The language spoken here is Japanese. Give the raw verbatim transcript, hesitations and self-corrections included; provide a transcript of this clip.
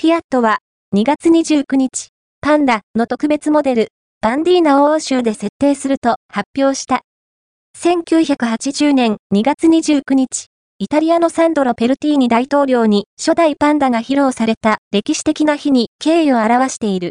フィアットは、にがつにじゅうくにち、パンダの特別モデル、バンディーナを欧州で設定すると発表した。せんきゅうひゃくはちじゅうねんにがつにじゅうくにち、イタリアのサンドロ・ペルティーニ大統領に初代パンダが披露された歴史的な日に敬意を表している。